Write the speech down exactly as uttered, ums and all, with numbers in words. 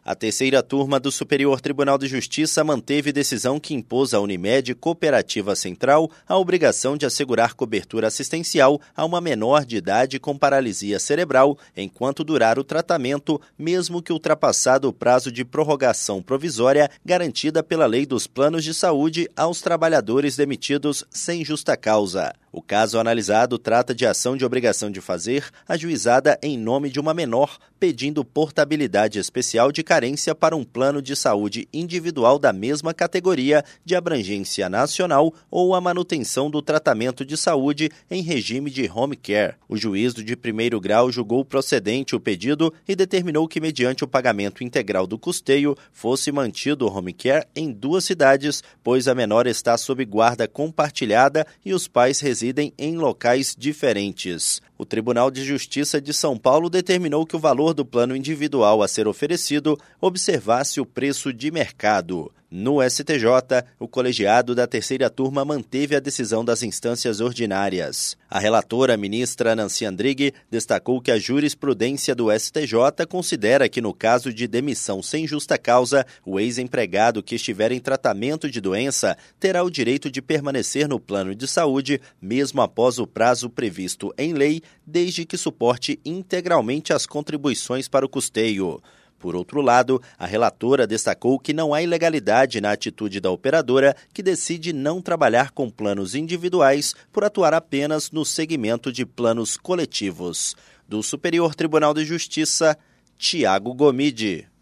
A terceira turma do Superior Tribunal de Justiça manteve decisão que impôs à Unimed Cooperativa Central a obrigação de assegurar cobertura assistencial a uma menor de idade com paralisia cerebral enquanto durar o tratamento, mesmo que ultrapassado o prazo de prorrogação provisória garantida pela Lei dos Planos de Saúde aos trabalhadores demitidos sem justa causa. O caso analisado trata de ação de obrigação de fazer, ajuizada em nome de uma menor, pedindo portabilidade especial de carência para um plano de saúde individual da mesma categoria de abrangência nacional ou a manutenção do tratamento de saúde em regime de home care. O juízo de primeiro grau julgou procedente o pedido e determinou que, mediante o pagamento integral do custeio, fosse mantido o home care em duas cidades, pois a menor está sob guarda compartilhada e os pais residem em locais diferentes. O Tribunal de Justiça de São Paulo determinou que o valor do plano individual a ser oferecido observasse o preço de mercado. No S T J, o colegiado da terceira turma manteve a decisão das instâncias ordinárias. A relatora, ministra Nancy Andrighi, destacou que a jurisprudência do S T J considera que, no caso de demissão sem justa causa, o ex-empregado que estiver em tratamento de doença terá o direito de permanecer no plano de saúde, mesmo após o prazo previsto em lei, desde que suporte integralmente as contribuições para o custeio. Por outro lado, a relatora destacou que não há ilegalidade na atitude da operadora, que decide não trabalhar com planos individuais por atuar apenas no segmento de planos coletivos. Do Superior Tribunal de Justiça, Tiago Gomide.